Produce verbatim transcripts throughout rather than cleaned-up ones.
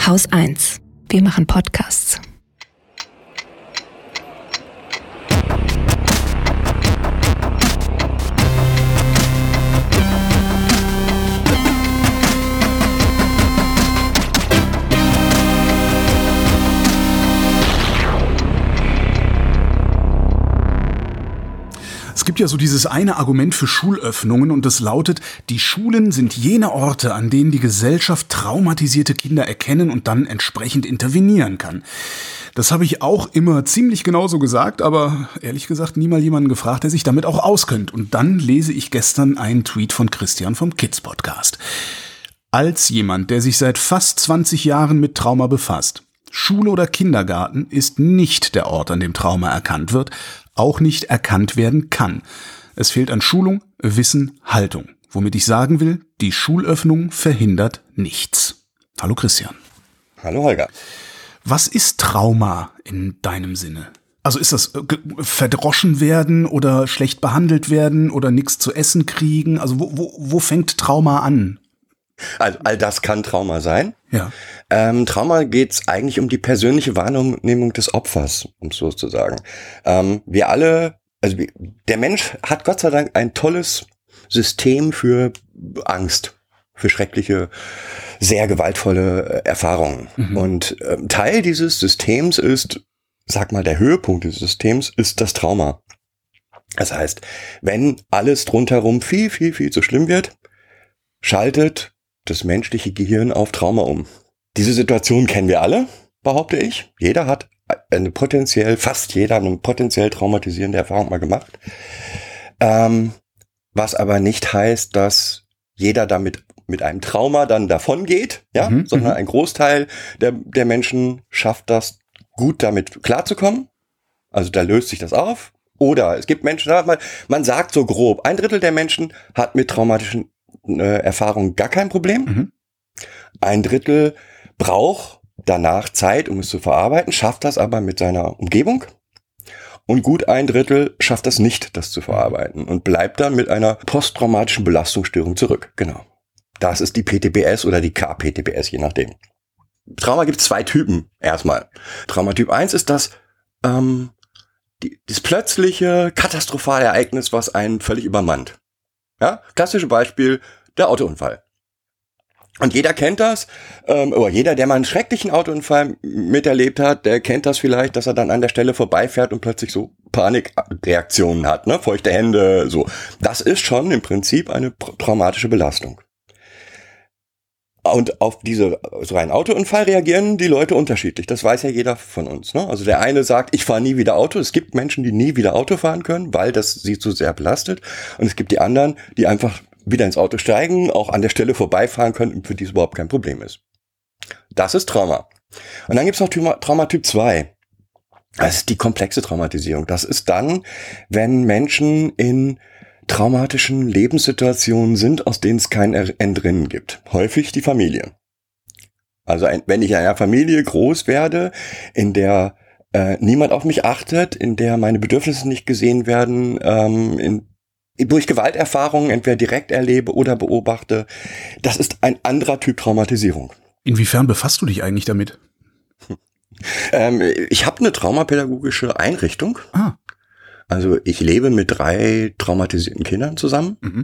Haus eins. Wir machen Podcasts. Es gibt ja so dieses eine Argument für Schulöffnungen und das lautet, die Schulen sind jene Orte, an denen die Gesellschaft traumatisierte Kinder erkennen und dann entsprechend intervenieren kann. Das habe ich auch immer ziemlich genauso gesagt, aber ehrlich gesagt nie mal jemanden gefragt, der sich damit auch auskennt. Und dann lese ich gestern einen Tweet von Christian vom Kids Podcast. Als jemand, der sich seit fast zwanzig Jahren mit Trauma befasst, Schule oder Kindergarten ist nicht der Ort, an dem Trauma erkannt wird, auch nicht erkannt werden kann. Es fehlt an Schulung, Wissen, Haltung. Womit ich sagen will, die Schulöffnung verhindert nichts. Hallo Christian. Hallo Holger. Was ist Trauma in deinem Sinne? Also ist das äh, verdroschen werden oder schlecht behandelt werden oder nichts zu essen kriegen? Also wo, wo, wo fängt Trauma an? Also all das kann Trauma sein. Ja. Ähm, Trauma geht's eigentlich um die persönliche Wahrnehmung des Opfers, um es so zu sagen. Ähm, wir alle, also wir, der Mensch hat Gott sei Dank ein tolles System für Angst, für schreckliche, sehr gewaltvolle Erfahrungen. Mhm. Und ähm, Teil dieses Systems ist, sag mal, der Höhepunkt dieses Systems ist das Trauma. Das heißt, wenn alles drumherum viel, viel, viel zu schlimm wird, schaltet das menschliche Gehirn auf Trauma um. Diese Situation kennen wir alle, behaupte ich. Jeder hat eine potenziell, fast jeder eine potenziell traumatisierende Erfahrung mal gemacht. Ähm, was aber nicht heißt, dass jeder damit mit einem Trauma dann davon geht, ja, mhm, sondern ein Großteil der, der Menschen schafft das, gut damit klarzukommen. Also da löst sich das auf. Oder es gibt Menschen, man sagt so grob, ein Drittel der Menschen hat mit traumatischen Erfahrung gar kein Problem. Mhm. Ein Drittel braucht danach Zeit, um es zu verarbeiten, schafft das aber mit seiner Umgebung. Und gut ein Drittel schafft das nicht, das zu verarbeiten und bleibt dann mit einer posttraumatischen Belastungsstörung zurück. Genau. Das ist die P T B S oder die K P T B S, je nachdem. Trauma gibt es zwei Typen erstmal. Traumatyp eins ist das, ähm, die, das plötzliche, katastrophale Ereignis, was einen völlig übermannt. Ja, klassisches Beispiel, der Autounfall. Und jeder kennt das, ähm, oder jeder, der mal einen schrecklichen Autounfall miterlebt hat, der kennt das vielleicht, dass er dann an der Stelle vorbeifährt und plötzlich so Panikreaktionen hat, ne, feuchte Hände, so. Das ist schon im Prinzip eine traumatische Belastung. Und auf diese so einen Autounfall reagieren die Leute unterschiedlich. Das weiß ja jeder von uns, ne? Also der eine sagt, ich fahre nie wieder Auto. Es gibt Menschen, die nie wieder Auto fahren können, weil das sie zu sehr belastet. Und es gibt die anderen, die einfach wieder ins Auto steigen, auch an der Stelle vorbeifahren können und für die es überhaupt kein Problem ist. Das ist Trauma. Und dann gibt es noch Trauma, Traumatyp zwei. Das ist die komplexe Traumatisierung. Das ist dann, wenn Menschen in traumatischen Lebenssituationen sind, aus denen es kein Entrinnen gibt. Häufig die Familie. Also ein, wenn ich in einer Familie groß werde, in der äh, niemand auf mich achtet, in der meine Bedürfnisse nicht gesehen werden, ähm, in, durch Gewalterfahrungen entweder direkt erlebe oder beobachte, das ist ein anderer Typ Traumatisierung. Inwiefern befasst du dich eigentlich damit? ähm, ich habe eine traumapädagogische Einrichtung. Ah. Also ich lebe mit drei traumatisierten Kindern zusammen mhm.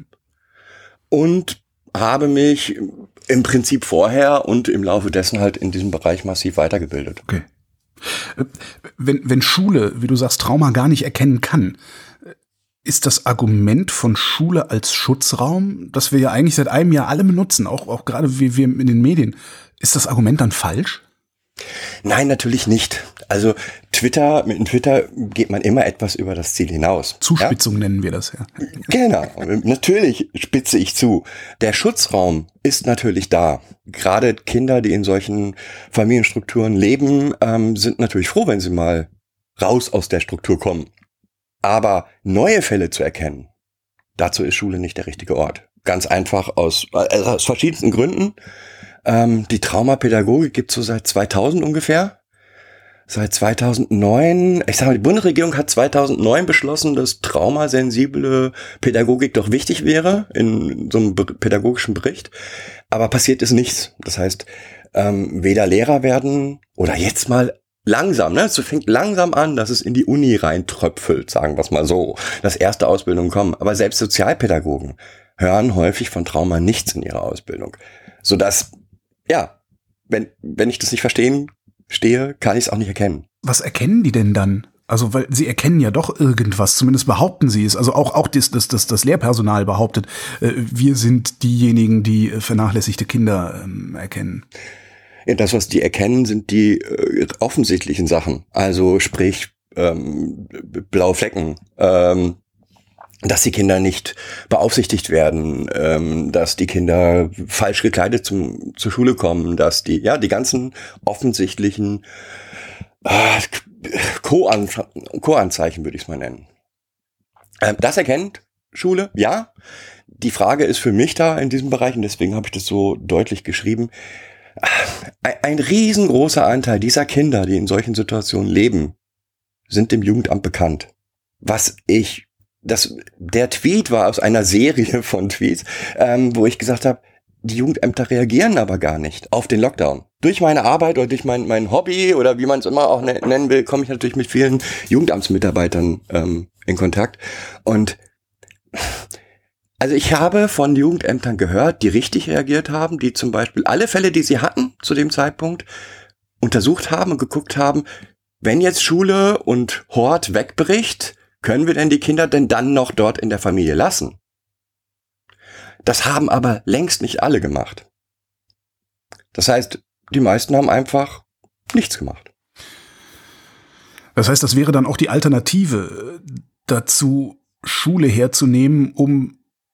und habe mich im Prinzip vorher und im Laufe dessen halt in diesem Bereich massiv weitergebildet. Okay. Wenn, wenn Schule, wie du sagst, Trauma gar nicht erkennen kann, ist das Argument von Schule als Schutzraum, das wir ja eigentlich seit einem Jahr alle benutzen, auch, auch gerade wie wir in den Medien, ist das Argument dann falsch? Nein, natürlich nicht. Also Twitter, mit dem Twitter geht man immer etwas über das Ziel hinaus. Zuspitzung ja? nennen wir das, ja. Genau, natürlich spitze ich zu. Der Schutzraum ist natürlich da. Gerade Kinder, die in solchen Familienstrukturen leben, ähm, sind natürlich froh, wenn sie mal raus aus der Struktur kommen. Aber neue Fälle zu erkennen, dazu ist Schule nicht der richtige Ort. Ganz einfach aus, also aus verschiedensten Gründen. Ähm, die Traumapädagogik gibt es so seit zweitausend ungefähr. Seit zweitausendneun, ich sag mal, die Bundesregierung hat zweitausendneun beschlossen, dass traumasensible Pädagogik doch wichtig wäre in so einem pädagogischen Bericht. Aber passiert ist nichts. Das heißt, ähm, weder Lehrer werden oder jetzt mal langsam, ne? Es fängt langsam an, dass es in die Uni reintröpfelt, sagen wir es mal so, dass erste Ausbildungen kommen. Aber selbst Sozialpädagogen hören häufig von Trauma nichts in ihrer Ausbildung. Sodass, ja, wenn, wenn ich das nicht verstehen stehe, kann ich es auch nicht erkennen. Was erkennen die denn dann? Also, weil sie erkennen ja doch irgendwas, zumindest behaupten sie es. Also auch, auch das, das, das, das Lehrpersonal behauptet, äh, wir sind diejenigen, die äh, vernachlässigte Kinder ähm, erkennen. Ja, das, was die erkennen, sind die äh, offensichtlichen Sachen. Also sprich ähm, blaue Flecken, ähm, dass die Kinder nicht beaufsichtigt werden, ähm, dass die Kinder falsch gekleidet zum, zur Schule kommen, dass die, ja, die ganzen offensichtlichen äh, Co-Anzeichen würde ich es mal nennen. Ähm, das erkennt Schule, ja. Die Frage ist für mich da in diesem Bereich, und deswegen habe ich das so deutlich geschrieben, ein, ein riesengroßer Anteil dieser Kinder, die in solchen Situationen leben, sind dem Jugendamt bekannt. Was ich, das, der Tweet war aus einer Serie von Tweets, ähm, wo ich gesagt habe, die Jugendämter reagieren aber gar nicht auf den Lockdown. Durch meine Arbeit oder durch mein, mein Hobby oder wie man es immer auch nennen will, komme ich natürlich mit vielen Jugendamtsmitarbeitern ähm, in Kontakt. Und also ich habe von Jugendämtern gehört, die richtig reagiert haben, die zum Beispiel alle Fälle, die sie hatten zu dem Zeitpunkt, untersucht haben und geguckt haben, wenn jetzt Schule und Hort wegbricht, können wir denn die Kinder denn dann noch dort in der Familie lassen? Das haben aber längst nicht alle gemacht. Das heißt, die meisten haben einfach nichts gemacht. Das heißt, das wäre dann auch die Alternative dazu, Schule herzunehmen, um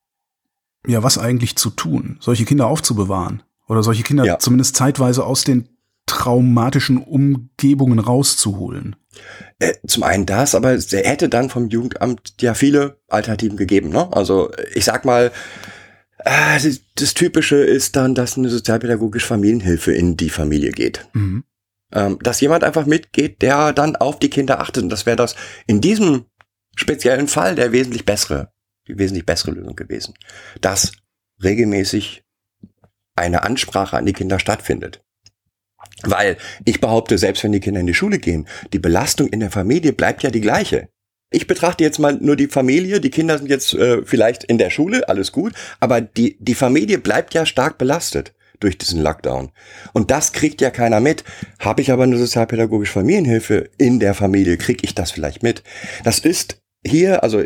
ja was eigentlich zu tun, solche Kinder aufzubewahren oder solche Kinder ja. zumindest zeitweise aus den traumatischen Umgebungen rauszuholen. Äh, zum einen das, aber es hätte dann vom Jugendamt ja viele Alternativen gegeben, ne? Also ich sag mal, äh, das, das Typische ist dann, dass eine sozialpädagogische Familienhilfe in die Familie geht. Mhm. Ähm, dass jemand einfach mitgeht, der dann auf die Kinder achtet. Und das wäre das in diesem speziellen Fall der wesentlich bessere, die wesentlich bessere Lösung gewesen. Dass regelmäßig eine Ansprache an die Kinder stattfindet. Weil ich behaupte, selbst wenn die Kinder in die Schule gehen, die Belastung in der Familie bleibt ja die gleiche. Ich betrachte jetzt mal nur die Familie, die Kinder sind jetzt äh, vielleicht in der Schule, alles gut, aber die, die Familie bleibt ja stark belastet durch diesen Lockdown. Und das kriegt ja keiner mit. Habe ich aber eine sozialpädagogische Familienhilfe in der Familie, kriege ich das vielleicht mit. Das ist hier, also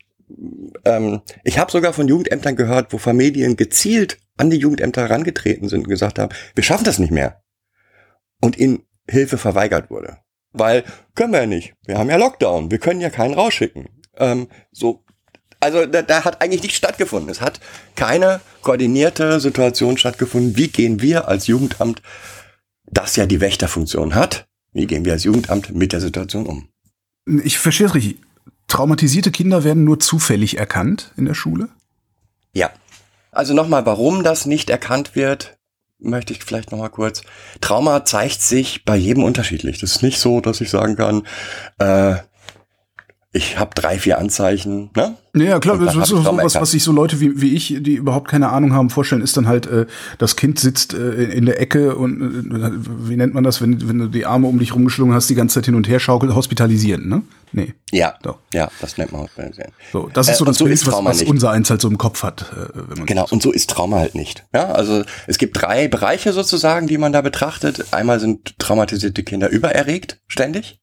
ähm, ich habe sogar von Jugendämtern gehört, wo Familien gezielt an die Jugendämter herangetreten sind und gesagt haben, wir schaffen das nicht mehr. Und ihnen Hilfe verweigert wurde. Weil, können wir ja nicht. Wir haben ja Lockdown. Wir können ja keinen rausschicken. Ähm, so, also da, da hat eigentlich nichts stattgefunden. Es hat keine koordinierte Situation stattgefunden. Wie gehen wir als Jugendamt, das ja die Wächterfunktion hat, wie gehen wir als Jugendamt mit der Situation um? Ich verstehe es richtig. Traumatisierte Kinder werden nur zufällig erkannt in der Schule? Ja. Also nochmal, warum das nicht erkannt wird, möchte ich vielleicht noch mal kurz. Trauma zeigt sich bei jedem unterschiedlich. Das ist nicht so, dass ich sagen kann, äh, ich habe drei, vier Anzeichen, ne? Ja, klar, das ist so was, was sich so Leute wie, wie ich, die überhaupt keine Ahnung haben, vorstellen, ist dann halt, äh, das Kind sitzt äh, in der Ecke und äh, wie nennt man das, wenn, wenn du die Arme um dich rumgeschlungen hast, die ganze Zeit hin und her schaukelt, hospitalisieren, ne? Nee. Ja, doch. Ja, das nennt man hospitalisieren. So, das ist so äh, das so Bild, was, was nicht. unser eins halt so im Kopf hat. Äh, wenn man genau, und so ist Trauma halt nicht. Ja, also es gibt drei Bereiche sozusagen, die man da betrachtet. Einmal sind traumatisierte Kinder übererregt, ständig.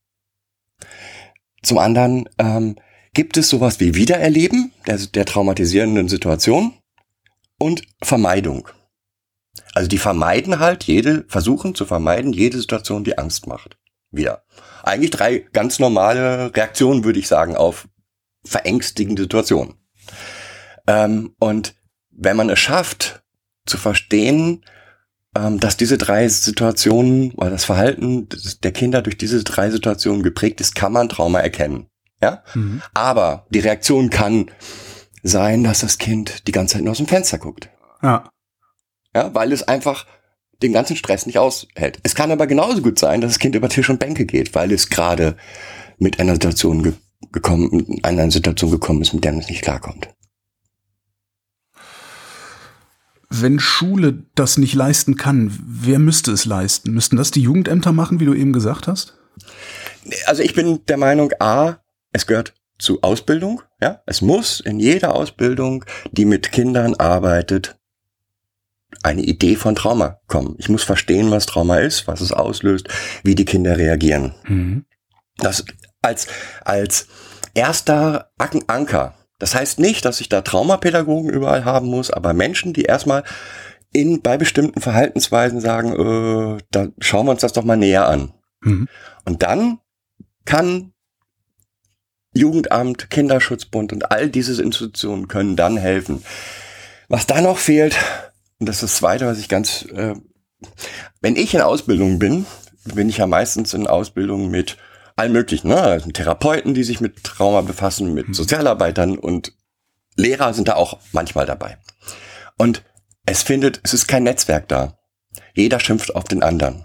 Zum anderen ähm, gibt es sowas wie Wiedererleben der, der traumatisierenden Situation und Vermeidung. Also die vermeiden halt jede, versuchen zu vermeiden jede Situation, die Angst macht. Wieder. Eigentlich drei ganz normale Reaktionen, würde ich sagen, auf verängstigende Situationen. Ähm, und wenn man es schafft, zu verstehen, ähm, dass diese drei Situationen oder das Verhalten der Kinder durch diese drei Situationen geprägt ist, kann man Trauma erkennen. Ja? Mhm. Aber die Reaktion kann sein, dass das Kind die ganze Zeit nur aus dem Fenster guckt. Ja. Ja, weil es einfach den ganzen Stress nicht aushält. Es kann aber genauso gut sein, dass das Kind über Tisch und Bänke geht, weil es gerade mit einer Situation ge- gekommen, in einer Situation gekommen ist, mit der es nicht klarkommt. wenn Schule das nicht leisten kann, wer müsste es leisten? Müssten das die Jugendämter machen, wie du eben gesagt hast? Also ich bin der Meinung, A, es gehört zu Ausbildung, ja. Es muss in jeder Ausbildung, die mit Kindern arbeitet, eine Idee von Trauma kommen. Ich muss verstehen, was Trauma ist, was es auslöst, wie die Kinder reagieren. Mhm. Das als, als erster Anker. Das heißt nicht, dass ich da Traumapädagogen überall haben muss, aber Menschen, die erstmal in, bei bestimmten Verhaltensweisen sagen, äh, da schauen wir uns das doch mal näher an. Mhm. Und dann kann Jugendamt, Kinderschutzbund und all diese Institutionen können dann helfen. Was da noch fehlt, und das ist das Zweite, was ich ganz, äh, wenn ich in Ausbildung bin, bin ich ja meistens in Ausbildung mit allen möglichen, ne? Also Therapeuten, die sich mit Trauma befassen, mit Sozialarbeitern und Lehrer sind da auch manchmal dabei. Und es findet, es ist kein Netzwerk da. Jeder schimpft auf den anderen.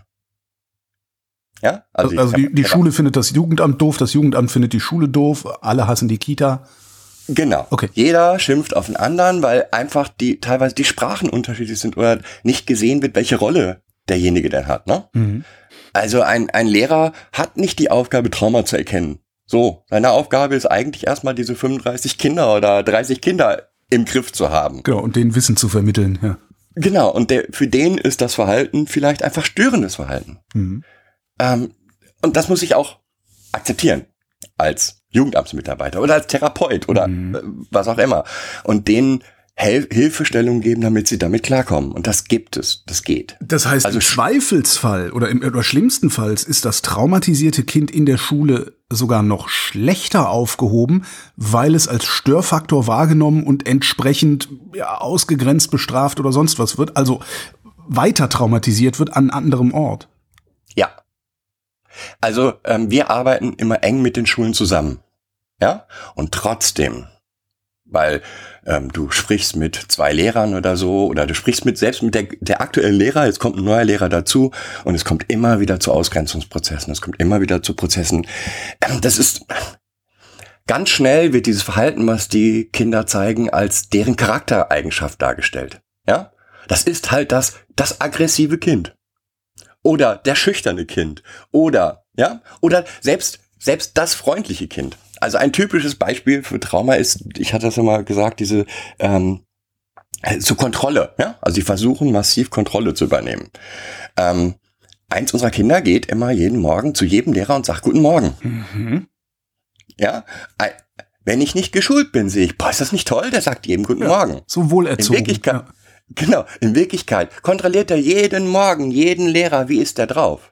Ja? Also, also die, die Schule findet das Jugendamt doof, das Jugendamt findet die Schule doof, alle hassen die Kita. Genau. Okay. Jeder schimpft auf den anderen, weil einfach die teilweise die Sprachen unterschiedlich sind oder nicht gesehen wird, welche Rolle derjenige denn hat, ne? Mhm. Also ein, ein Lehrer hat nicht die Aufgabe, Trauma zu erkennen. So, seine Aufgabe ist eigentlich erstmal diese fünfunddreißig Kinder oder dreißig Kinder im Griff zu haben. Genau, und denen Wissen zu vermitteln, ja. Genau, und der, für den ist das Verhalten vielleicht einfach störendes Verhalten. Mhm. Ähm, und das muss ich auch akzeptieren als Jugendamtsmitarbeiter oder als Therapeut oder mhm. was auch immer. Und denen Hel- Hilfestellung geben, damit sie damit klarkommen. Und das gibt es, das geht. Das heißt, also, im Zweifelsfall oder im oder schlimmstenfalls ist das traumatisierte Kind in der Schule sogar noch schlechter aufgehoben, weil es als Störfaktor wahrgenommen und entsprechend ja, ausgegrenzt, bestraft oder sonst was wird. Also weiter traumatisiert wird an anderem Ort. Ja. Also ähm, wir arbeiten immer eng mit den Schulen zusammen. Ja. Und trotzdem, weil ähm, du sprichst mit zwei Lehrern oder so, oder du sprichst mit selbst mit der, der aktuellen Lehrer, jetzt kommt ein neuer Lehrer dazu und es kommt immer wieder zu Ausgrenzungsprozessen, es kommt immer wieder zu Prozessen. Ähm, das ist ganz schnell wird dieses Verhalten, was die Kinder zeigen, als deren Charaktereigenschaft dargestellt. Ja, das ist halt das das aggressive Kind oder der schüchterne Kind oder ja oder selbst selbst das freundliche Kind. Also ein typisches Beispiel für Trauma ist, ich hatte das ja mal gesagt, diese ähm, zur Kontrolle. Ja? Also sie versuchen massiv Kontrolle zu übernehmen. Ähm, eins unserer Kinder geht immer jeden Morgen zu jedem Lehrer und sagt Guten Morgen. Mhm. Ja, wenn ich nicht geschult bin, sehe ich, boah, ist das nicht toll? Der sagt jedem Guten ja, Morgen. So wohlerzogen. In Wirklichkeit, ja. Genau, in Wirklichkeit kontrolliert er jeden Morgen, jeden Lehrer, wie ist der drauf?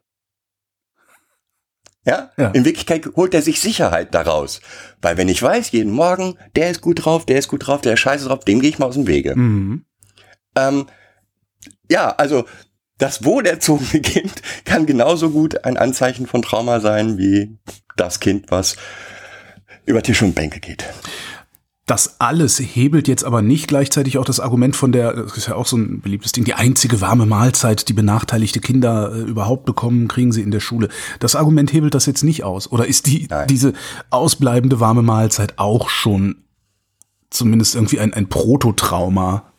Ja? ja, in Wirklichkeit holt er sich Sicherheit daraus. Weil wenn ich weiß, jeden Morgen, der ist gut drauf, der ist gut drauf, der ist scheiße drauf, dem gehe ich mal aus dem Wege. Mhm. Ähm, ja, also das wohlerzogene Kind kann genauso gut ein Anzeichen von Trauma sein, wie das Kind, was über Tisch und Bänke geht. Das alles hebelt jetzt aber nicht gleichzeitig auch das Argument von der, das ist ja auch so ein beliebtes Ding, die einzige warme Mahlzeit, die benachteiligte Kinder äh, überhaupt bekommen, kriegen sie in der Schule. Das Argument hebelt das jetzt nicht aus. Oder ist die Nein. diese ausbleibende warme Mahlzeit auch schon zumindest irgendwie ein, ein Prototrauma?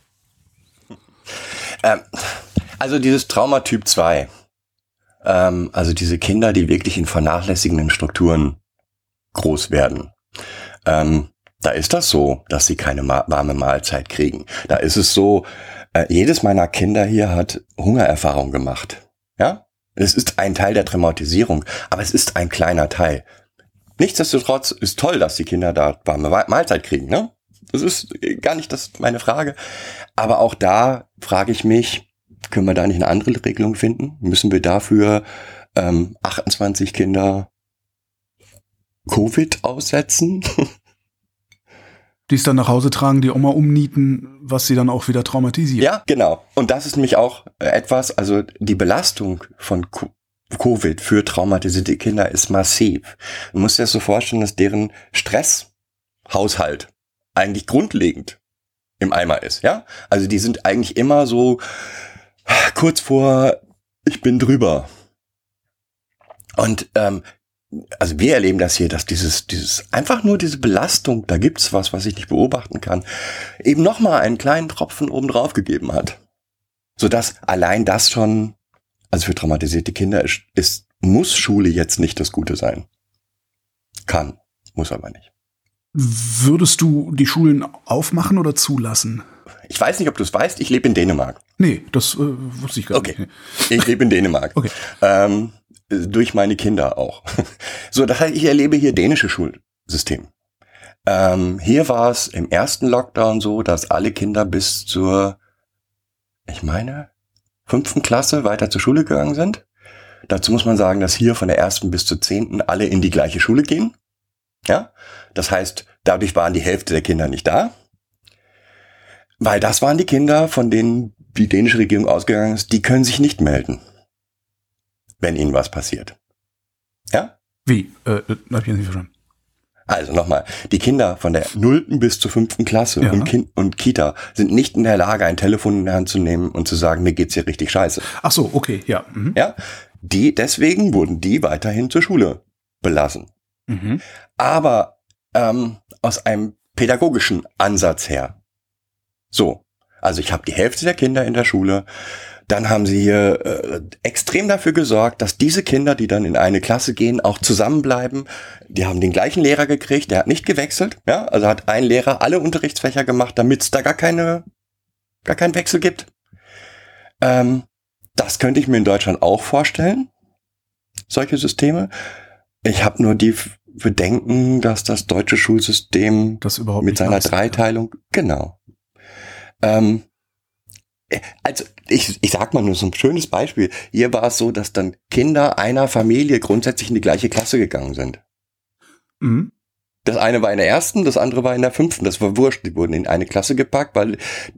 Ähm, also dieses Trauma Typ zwei, ähm, also diese Kinder, die wirklich in vernachlässigenden Strukturen groß werden, ähm, da ist das so, dass sie keine ma- warme Mahlzeit kriegen. Da ist es so, äh, jedes meiner Kinder hier hat Hungererfahrung gemacht. Ja, es ist ein Teil der Traumatisierung, aber es ist ein kleiner Teil. Nichtsdestotrotz ist toll, dass die Kinder da warme Mahlzeit kriegen. Ne? Das ist gar nicht das meine Frage. Aber auch da frage ich mich, können wir da nicht eine andere Regelung finden? Müssen wir dafür ähm, achtundzwanzig Kinder Covid aussetzen? Die es dann nach Hause tragen, die Oma umnieten, was sie dann auch wieder traumatisiert. Ja, genau. Und das ist nämlich auch etwas, also die Belastung von Covid für traumatisierte Kinder ist massiv. Du musst dir das so vorstellen, dass deren Stresshaushalt eigentlich grundlegend im Eimer ist, ja? Also die sind eigentlich immer so kurz vor, ich bin drüber. Und ähm, also wir erleben das hier, dass dieses, dieses, einfach nur diese Belastung, da gibt's was, was ich nicht beobachten kann, eben nochmal einen kleinen Tropfen oben drauf gegeben hat. Sodass allein das schon, also für traumatisierte Kinder ist, ist, muss Schule jetzt nicht das Gute sein. Kann, muss aber nicht. Würdest du die Schulen aufmachen oder zulassen? Ich weiß nicht, ob du es weißt, ich lebe in Dänemark. Nee, das äh, wusste ich gar okay. nicht. Okay, ich lebe in Dänemark. Okay. Ähm, durch meine Kinder auch. So, das heißt, ich erlebe hier dänische Schulsystem. Ähm, hier war es im ersten Lockdown so, dass alle Kinder bis zur, ich meine, fünften Klasse weiter zur Schule gegangen sind. Dazu muss man sagen, dass hier von der ersten bis zur zehnten alle in die gleiche Schule gehen. Ja, das heißt, dadurch waren die Hälfte der Kinder nicht da. Weil das waren die Kinder, von denen die dänische Regierung ausgegangen ist, die können sich nicht melden, wenn ihnen was passiert. Ja? Wie? Äh, hab ich jetzt nicht verstanden. Also nochmal, die Kinder von der nullten bis zur fünften Klasse Ja. und, kind und Kita sind nicht in der Lage, ein Telefon in der Hand zu nehmen und zu sagen, mir geht's hier richtig scheiße. Ach so, okay, ja. Mhm. Ja? Die, deswegen wurden die weiterhin zur Schule belassen. Mhm. Aber ähm, aus einem pädagogischen Ansatz her. So, also ich habe die Hälfte der Kinder in der Schule. Dann haben sie hier äh, extrem dafür gesorgt, dass diese Kinder, die dann in eine Klasse gehen, auch zusammenbleiben. Die haben den gleichen Lehrer gekriegt, der hat nicht gewechselt. Ja, also hat ein Lehrer alle Unterrichtsfächer gemacht, damit es da gar keine, gar keinen Wechsel gibt. Ähm, das könnte ich mir in Deutschland auch vorstellen, solche Systeme. Ich habe nur die Bedenken, dass das deutsche Schulsystem Das überhaupt mit nicht seiner leisten, Dreiteilung, genau. Ähm, also ich, ich sag mal nur so ein schönes Beispiel. Hier war es so, dass dann Kinder einer Familie grundsätzlich in die gleiche Klasse gegangen sind. Mhm. Das eine war in der ersten, das andere war in der fünften. Das war wurscht, die wurden in eine Klasse gepackt, weil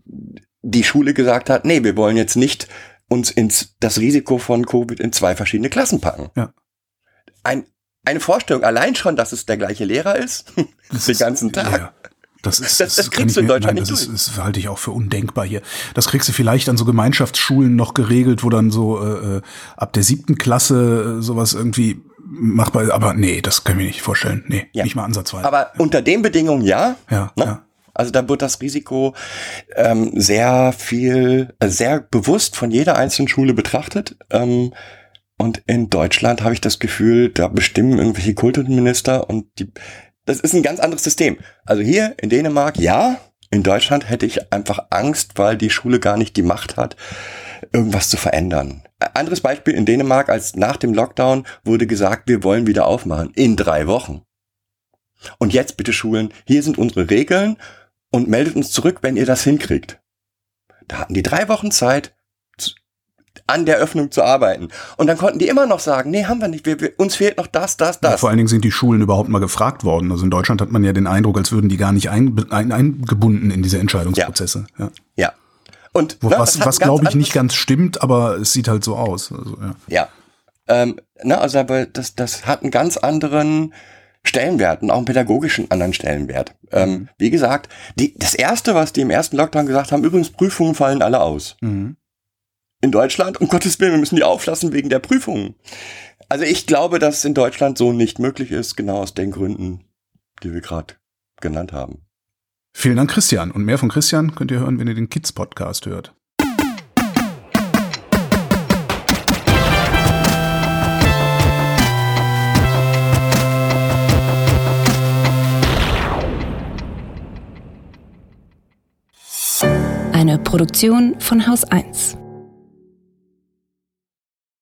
die Schule gesagt hat, nee, wir wollen jetzt nicht uns ins das Risiko von Covid in zwei verschiedene Klassen packen. Ja. Ein, eine Vorstellung allein schon, dass es der gleiche Lehrer ist, Das den ist- ganzen Tag. Ja. Das, ist, Das- das kann kriegst ich du in mir- Deutschland nein, nicht das durch. ist, das halte ich auch für undenkbar hier. Das kriegst du vielleicht an so Gemeinschaftsschulen noch geregelt, wo dann so äh, ab der siebten Klasse äh, sowas irgendwie machbar ist. Aber nee, das kann ich mir nicht vorstellen. Nee, Ja. nicht mal ansatzweise. Aber unter den Bedingungen ja. ja, Ne? ja. Also da wird das Risiko ähm, sehr viel, äh, sehr bewusst von jeder einzelnen Schule betrachtet. Ähm, und in Deutschland habe ich das Gefühl, da bestimmen irgendwelche Kultusminister und die, das ist ein ganz anderes System. Also hier in Dänemark, ja. In Deutschland hätte ich einfach Angst, weil die Schule gar nicht die Macht hat, irgendwas zu verändern. Anderes Beispiel in Dänemark, als nach dem Lockdown wurde gesagt, wir wollen wieder aufmachen. In drei Wochen. Und jetzt bitte Schulen, hier sind unsere Regeln und meldet uns zurück, wenn ihr das hinkriegt. Da hatten die drei Wochen Zeit, zu, an der Öffnung zu arbeiten. Und dann konnten die immer noch sagen, nee, haben wir nicht, wir, wir, uns fehlt noch das, das, Ja, das. vor allen Dingen sind die Schulen überhaupt mal gefragt worden. Also in Deutschland hat man ja den Eindruck, als würden die gar nicht ein, ein, eingebunden in diese Entscheidungsprozesse. Ja. Ja. Und Wo, na, was das hat was ein ganz glaube ich nicht anderes- ganz stimmt, aber es sieht halt so aus. Also, ja. Ja. Ähm, na, also aber das, das hat einen ganz anderen Stellenwert und auch einen pädagogischen anderen Stellenwert. Ähm, wie gesagt, die, das Erste, was die im ersten Lockdown gesagt haben, übrigens, Prüfungen fallen alle aus. Mhm. In Deutschland, um Gottes Willen, wir müssen die auflassen wegen der Prüfungen. Also ich glaube, dass es in Deutschland so nicht möglich ist, genau aus den Gründen, die wir gerade genannt haben. Vielen Dank, Christian. Und mehr von Christian könnt ihr hören, wenn ihr den Kids-Podcast hört. Eine Produktion von Haus eins.